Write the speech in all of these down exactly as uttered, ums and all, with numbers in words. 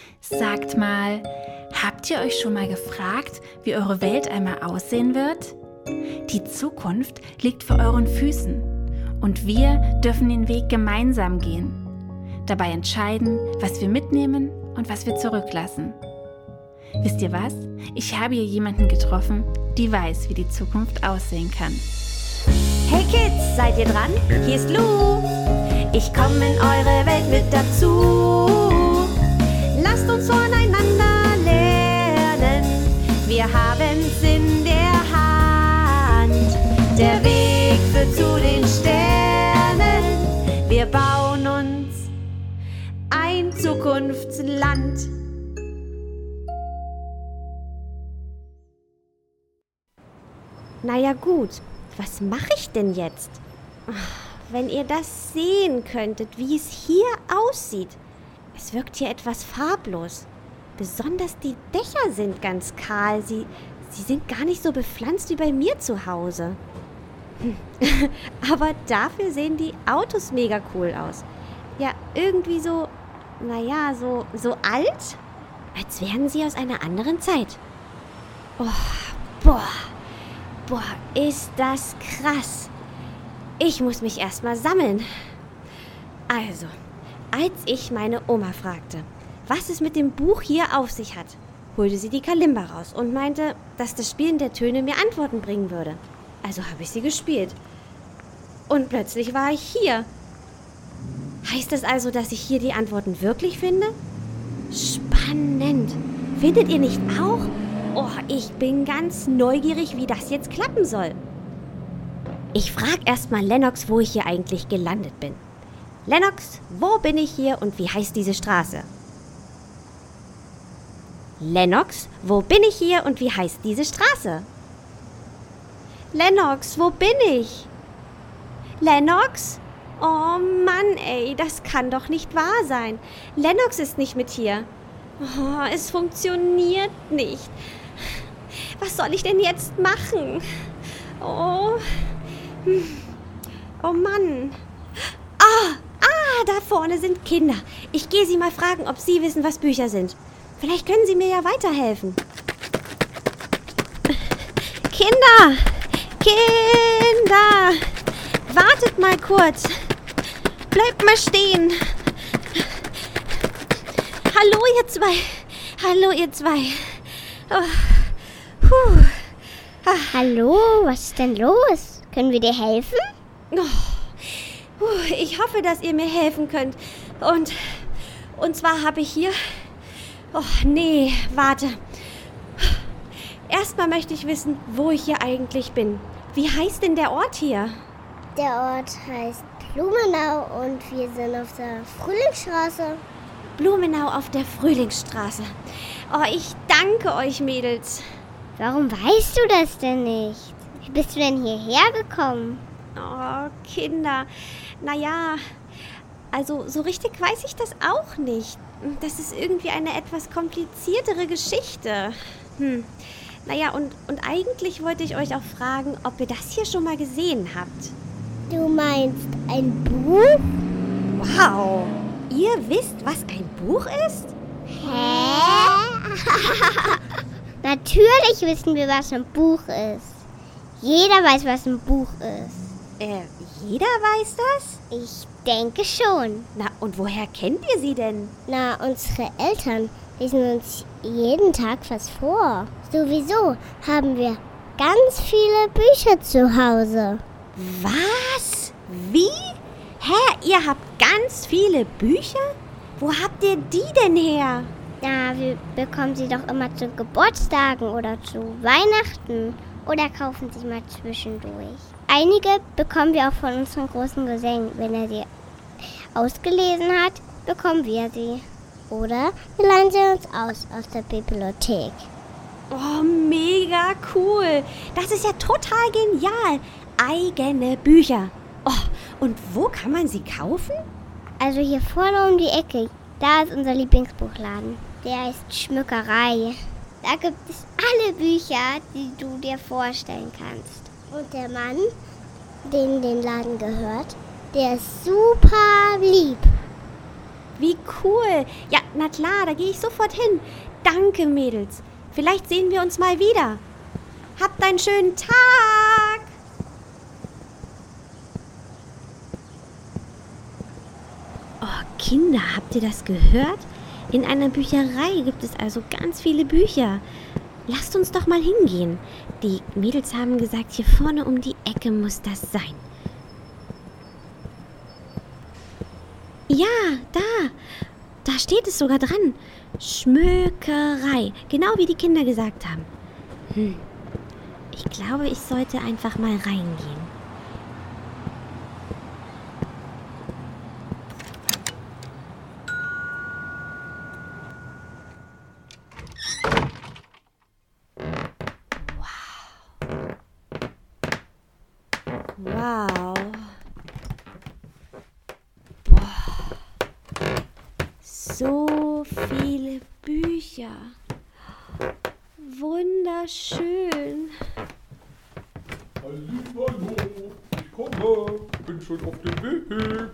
Sagt mal, habt ihr euch schon mal gefragt, wie eure Welt einmal aussehen wird? Die Zukunft liegt vor euren Füßen und wir dürfen den Weg gemeinsam gehen. Dabei entscheiden, was wir mitnehmen und was wir zurücklassen. Wisst ihr was? Ich habe hier jemanden getroffen, die weiß, wie die Zukunft aussehen kann. Hey Kids, seid ihr dran? Hier ist Lou. Ich komme in eure Welt mit dazu. Lasst uns voneinander lernen. Wir haben's in der Hand. Der Weg führt zu den Sternen. Wir bauen uns ein Zukunftsland. Naja gut, was mache ich denn jetzt? Wenn ihr das sehen könntet, wie es hier aussieht. Es wirkt hier etwas farblos. Besonders die Dächer sind ganz kahl. Sie, sie sind gar nicht so bepflanzt wie bei mir zu Hause. Hm. Aber dafür sehen die Autos mega cool aus. Ja, irgendwie so, naja, so, so alt, als wären sie aus einer anderen Zeit. Oh, boah. Boah, ist das krass. Ich muss mich erstmal sammeln. Also, als ich meine Oma fragte, was es mit dem Buch hier auf sich hat, holte sie die Kalimba raus und meinte, dass das Spielen der Töne mir Antworten bringen würde. Also habe ich sie gespielt. Und plötzlich war ich hier. Heißt das also, dass ich hier die Antworten wirklich finde? Spannend. Findet ihr nicht auch? Oh, ich bin ganz neugierig, wie das jetzt klappen soll. Ich frage erstmal Lennox, wo ich hier eigentlich gelandet bin. Lennox, wo bin ich hier und wie heißt diese Straße? Lennox, wo bin ich hier und wie heißt diese Straße? Lennox, wo bin ich? Lennox? Oh Mann, ey, das kann doch nicht wahr sein. Lennox ist nicht mit hier. Oh, es funktioniert nicht. Was soll ich denn jetzt machen? Oh, oh Mann. Ah, ah, da vorne sind Kinder. Ich gehe sie mal fragen, ob sie wissen, was Bücher sind. Vielleicht können sie mir ja weiterhelfen. Kinder, Kinder, wartet mal kurz. Bleibt mal stehen. Hallo, ihr zwei. Hallo, ihr zwei. Oh. Puh. Ah. Hallo, was ist denn los? Können wir dir helfen? Oh. Puh, ich hoffe, dass ihr mir helfen könnt. Und, und zwar habe ich hier... Oh, nee, warte. Erstmal möchte ich wissen, wo ich hier eigentlich bin. Wie heißt denn der Ort hier? Der Ort heißt Blumenau und wir sind auf der Frühlingsstraße. Blumenau auf der Frühlingsstraße. Oh, ich danke euch, Mädels. Warum weißt du das denn nicht? Wie bist du denn hierher gekommen? Oh, Kinder. Naja, also so richtig weiß ich das auch nicht. Das ist irgendwie eine etwas kompliziertere Geschichte. Hm. Naja, und, und eigentlich wollte ich euch auch fragen, ob ihr das hier schon mal gesehen habt. Du meinst ein Buch? Wow. Ihr wisst, was ein Buch ist? Hä? Natürlich wissen wir, was ein Buch ist. Jeder weiß, was ein Buch ist. Äh, jeder weiß das? Ich denke schon. Na, und woher kennt ihr sie denn? Na, unsere Eltern lesen uns jeden Tag was vor. Sowieso haben wir ganz viele Bücher zu Hause. Was? Wie? Hä, ihr habt ganz viele Bücher? Wo habt ihr die denn her? Na, wir bekommen sie doch immer zu Geburtstagen oder zu Weihnachten oder kaufen sie mal zwischendurch. Einige bekommen wir auch von unserem großen Cousin. Wenn er sie ausgelesen hat, bekommen wir sie. Oder wir leihen sie uns aus aus der Bibliothek. Oh, mega cool. Das ist ja total genial. Eigene Bücher. Oh, und wo kann man sie kaufen? Also hier vorne um die Ecke, da ist unser Lieblingsbuchladen. Der heißt Schmückerei. Da gibt es alle Bücher, die du dir vorstellen kannst. Und der Mann, dem den Laden gehört, der ist super lieb. Wie cool. Ja, na klar, da gehe ich sofort hin. Danke, Mädels. Vielleicht sehen wir uns mal wieder. Habt einen schönen Tag. Oh, Kinder, habt ihr das gehört? In einer Bücherei gibt es also ganz viele Bücher. Lasst uns doch mal hingehen. Die Mädels haben gesagt, hier vorne um die Ecke muss das sein. Ja, da. Da steht es sogar dran. Schmökerei. Genau wie die Kinder gesagt haben. Hm. Ich glaube, ich sollte einfach mal reingehen. Wow. Boah. So viele Bücher. Wunderschön. Hallo, ich komme. Bin schon auf dem Weg.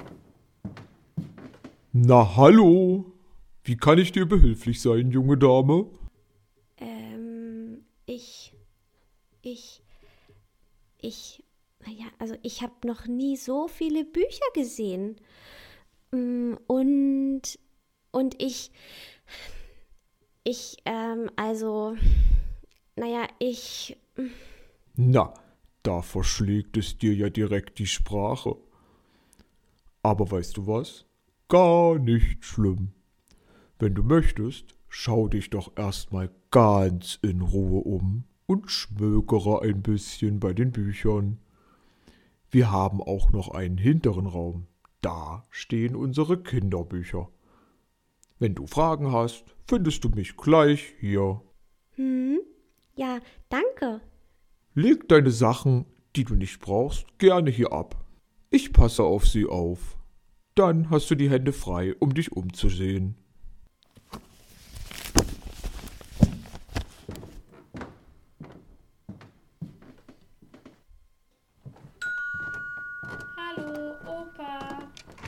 Na hallo. Wie kann ich dir behilflich sein, junge Dame? Ähm, ich, ich, ich, naja, also ich habe noch nie so viele Bücher gesehen. Und, und ich, ich, ähm, also, naja, ich... Na, da verschlägt es dir ja direkt die Sprache. Aber weißt du was? Gar nicht schlimm. Wenn du möchtest, schau dich doch erstmal ganz in Ruhe um und schmökere ein bisschen bei den Büchern. Wir haben auch noch einen hinteren Raum. Da stehen unsere Kinderbücher. Wenn du Fragen hast, findest du mich gleich hier. Hm, ja, danke. Leg deine Sachen, die du nicht brauchst, gerne hier ab. Ich passe auf sie auf. Dann hast du die Hände frei, um dich umzusehen. Hallo, Opa.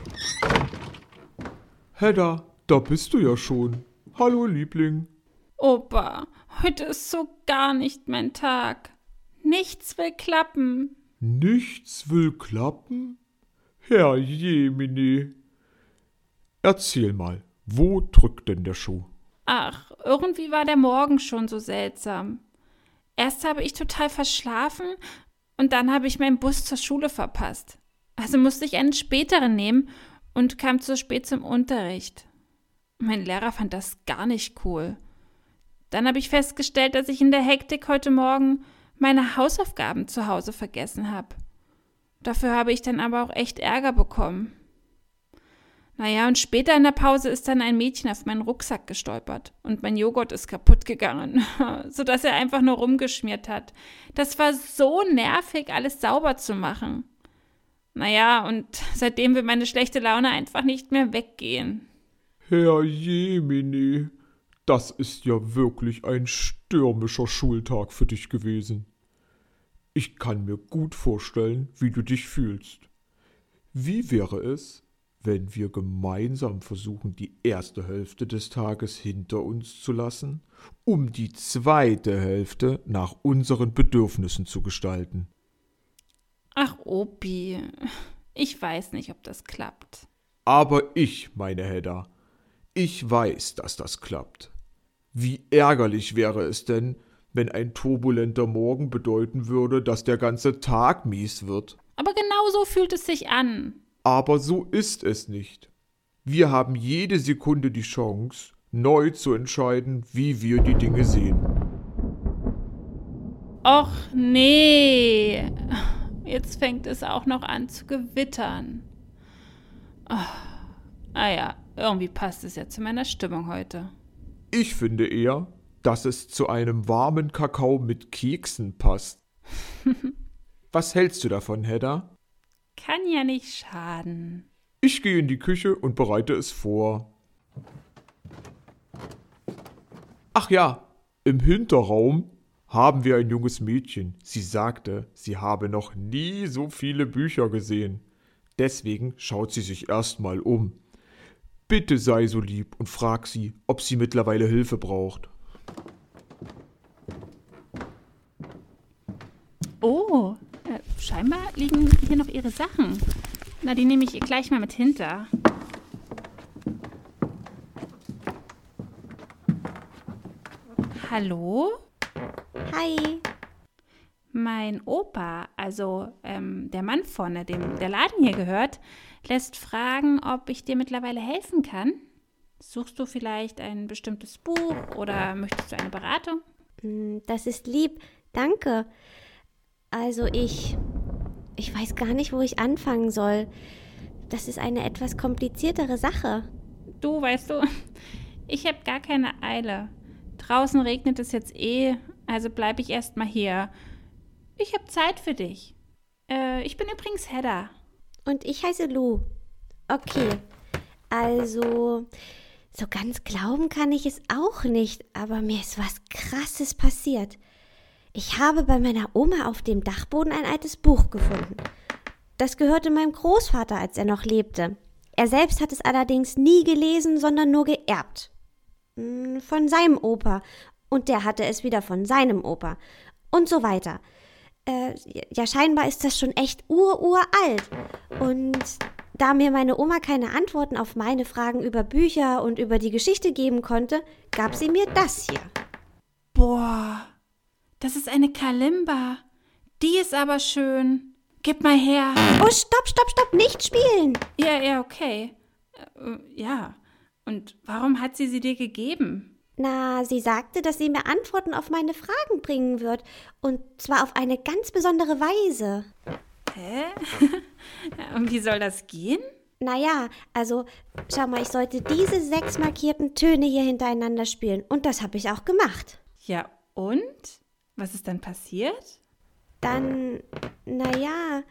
Hedda, da bist du ja schon. Hallo, Liebling. Opa, heute ist so gar nicht mein Tag. Nichts will klappen. Nichts will klappen? Herr Jemine. Erzähl mal, wo drückt denn der Schuh? Ach, irgendwie war der Morgen schon so seltsam. Erst habe ich total verschlafen und dann habe ich meinen Bus zur Schule verpasst. Also musste ich einen späteren nehmen und kam zu spät zum Unterricht. Mein Lehrer fand das gar nicht cool. Dann habe ich festgestellt, dass ich in der Hektik heute Morgen meine Hausaufgaben zu Hause vergessen habe. Dafür habe ich dann aber auch echt Ärger bekommen. Naja, und später in der Pause ist dann ein Mädchen auf meinen Rucksack gestolpert und mein Joghurt ist kaputt gegangen, sodass er einfach nur rumgeschmiert hat. Das war so nervig, alles sauber zu machen. Naja, und seitdem will meine schlechte Laune einfach nicht mehr weggehen. Herr Jemine, das ist ja wirklich ein stürmischer Schultag für dich gewesen. Ich kann mir gut vorstellen, wie du dich fühlst. Wie wäre es, wenn wir gemeinsam versuchen, die erste Hälfte des Tages hinter uns zu lassen, um die zweite Hälfte nach unseren Bedürfnissen zu gestalten? Ach, Opi, ich weiß nicht, ob das klappt. Aber ich, meine Hedda, ich weiß, dass das klappt. Wie ärgerlich wäre es denn, wenn ein turbulenter Morgen bedeuten würde, dass der ganze Tag mies wird. Aber genau so fühlt es sich an. Aber so ist es nicht. Wir haben jede Sekunde die Chance, neu zu entscheiden, wie wir die Dinge sehen. Och nee, jetzt fängt es auch noch an zu gewittern. Oh, ah ja, irgendwie passt es ja zu meiner Stimmung heute. Ich finde eher, dass es zu einem warmen Kakao mit Keksen passt. Was hältst du davon, Hedda? Kann ja nicht schaden. Ich gehe in die Küche und bereite es vor. Ach ja, im Hinterraum haben wir ein junges Mädchen. Sie sagte, sie habe noch nie so viele Bücher gesehen. Deswegen schaut sie sich erstmal um. Bitte sei so lieb und frag sie, ob sie mittlerweile Hilfe braucht. Oh, äh, scheinbar liegen hier noch ihre Sachen. Na, die nehme ich ihr gleich mal mit hinter. Hallo? Hi. Mein Opa, also ähm, der Mann vorne, dem der Laden hier gehört, lässt fragen, ob ich dir mittlerweile helfen kann. Suchst du vielleicht ein bestimmtes Buch oder möchtest du eine Beratung? Das ist lieb, danke. Also ich, ich weiß gar nicht, wo ich anfangen soll. Das ist eine etwas kompliziertere Sache. Du, weißt du, ich habe gar keine Eile. Draußen regnet es jetzt eh, also bleibe ich erst mal hier. Ich habe Zeit für dich. Äh, ich bin übrigens Hedda. Und ich heiße Lou. Okay, also so ganz glauben kann ich es auch nicht, aber mir ist was Krasses passiert. Ich habe bei meiner Oma auf dem Dachboden ein altes Buch gefunden. Das gehörte meinem Großvater, als er noch lebte. Er selbst hat es allerdings nie gelesen, sondern nur geerbt. Von seinem Opa. Und der hatte es wieder von seinem Opa. Und so weiter. Äh, ja, scheinbar ist das schon echt ur-uralt. Und da mir meine Oma keine Antworten auf meine Fragen über Bücher und über die Geschichte geben konnte, gab sie mir das hier. Boah, das ist eine Kalimba. Die ist aber schön. Gib mal her. Oh, stopp, stopp, stopp, nicht spielen. Ja, ja, okay. Äh, ja, und warum hat sie sie dir gegeben? Na, sie sagte, dass sie mir Antworten auf meine Fragen bringen wird. Und zwar auf eine ganz besondere Weise. Hä? Und wie soll das gehen? Naja, also, schau mal, ich sollte diese sechs markierten Töne hier hintereinander spielen. Und das habe ich auch gemacht. Ja, und? Was ist dann passiert? Dann, naja,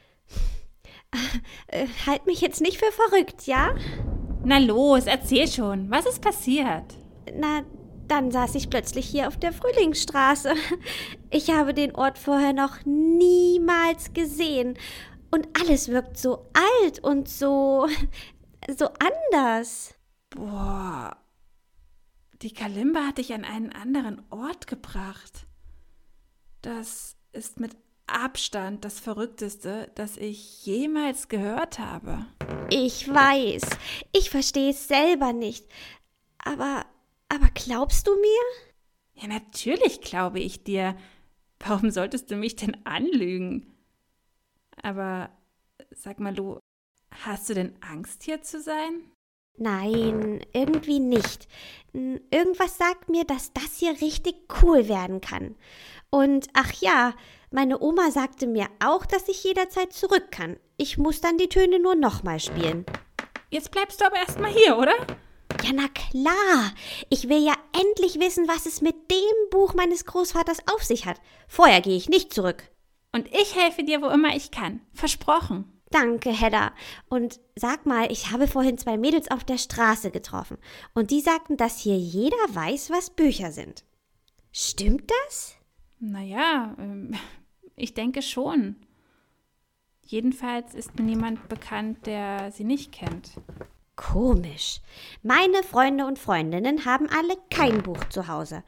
äh, halt mich jetzt nicht für verrückt, ja? Na los, erzähl schon. Was ist passiert? Na, dann saß ich plötzlich hier auf der Frühlingsstraße. Ich habe den Ort vorher noch niemals gesehen. Und alles wirkt so alt und so, so anders. Boah, die Kalimba hat dich an einen anderen Ort gebracht. Das ist mit Abstand das Verrückteste, das ich jemals gehört habe. Ich weiß, ich verstehe es selber nicht. Aber, aber glaubst du mir? Ja, natürlich glaube ich dir. Warum solltest du mich denn anlügen? Aber sag mal, Lu, hast du denn Angst, hier zu sein? Nein, irgendwie nicht. Irgendwas sagt mir, dass das hier richtig cool werden kann. Und ach ja, meine Oma sagte mir auch, dass ich jederzeit zurück kann. Ich muss dann die Töne nur nochmal spielen. Jetzt bleibst du aber erstmal hier, oder? Ja, na klar. Ich will ja endlich wissen, was es mit dem Buch meines Großvaters auf sich hat. Vorher gehe ich nicht zurück. Und ich helfe dir, wo immer ich kann. Versprochen. Danke, Hedda. Und sag mal, ich habe vorhin zwei Mädels auf der Straße getroffen. Und die sagten, dass hier jeder weiß, was Bücher sind. Stimmt das? Naja, ähm, ich denke schon. Jedenfalls ist mir niemand bekannt, der sie nicht kennt. Komisch. Meine Freunde und Freundinnen haben alle kein Buch zu Hause.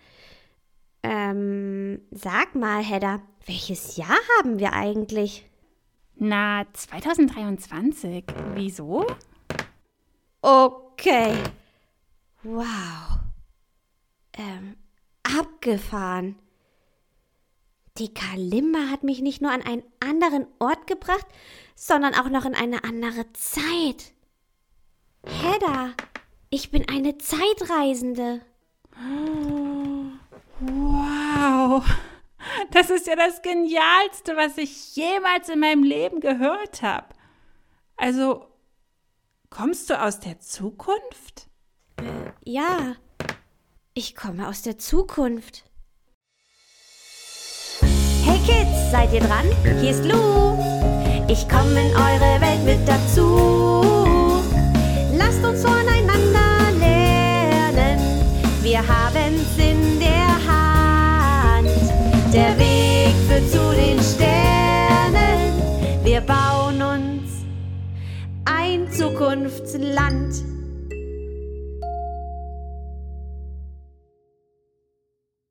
Ähm, sag mal, Hedda, welches Jahr haben wir eigentlich? Na, zwanzig dreiundzwanzig. Wieso? Okay. Wow. Ähm, abgefahren. Die Kalimba hat mich nicht nur an einen anderen Ort gebracht, sondern auch noch in eine andere Zeit. Hedda, ich bin eine Zeitreisende. Wow, das ist ja das Genialste, was ich jemals in meinem Leben gehört habe. Also, kommst du aus der Zukunft? Äh, ja, ich komme aus der Zukunft. Hey Kids, seid ihr dran? Hier ist Lou. Ich komme in eure Welt mit dazu. Lasst uns voneinander lernen. Wir haben's in der Hand. Der Weg führt zu den Sternen. Wir bauen uns ein Zukunftsland.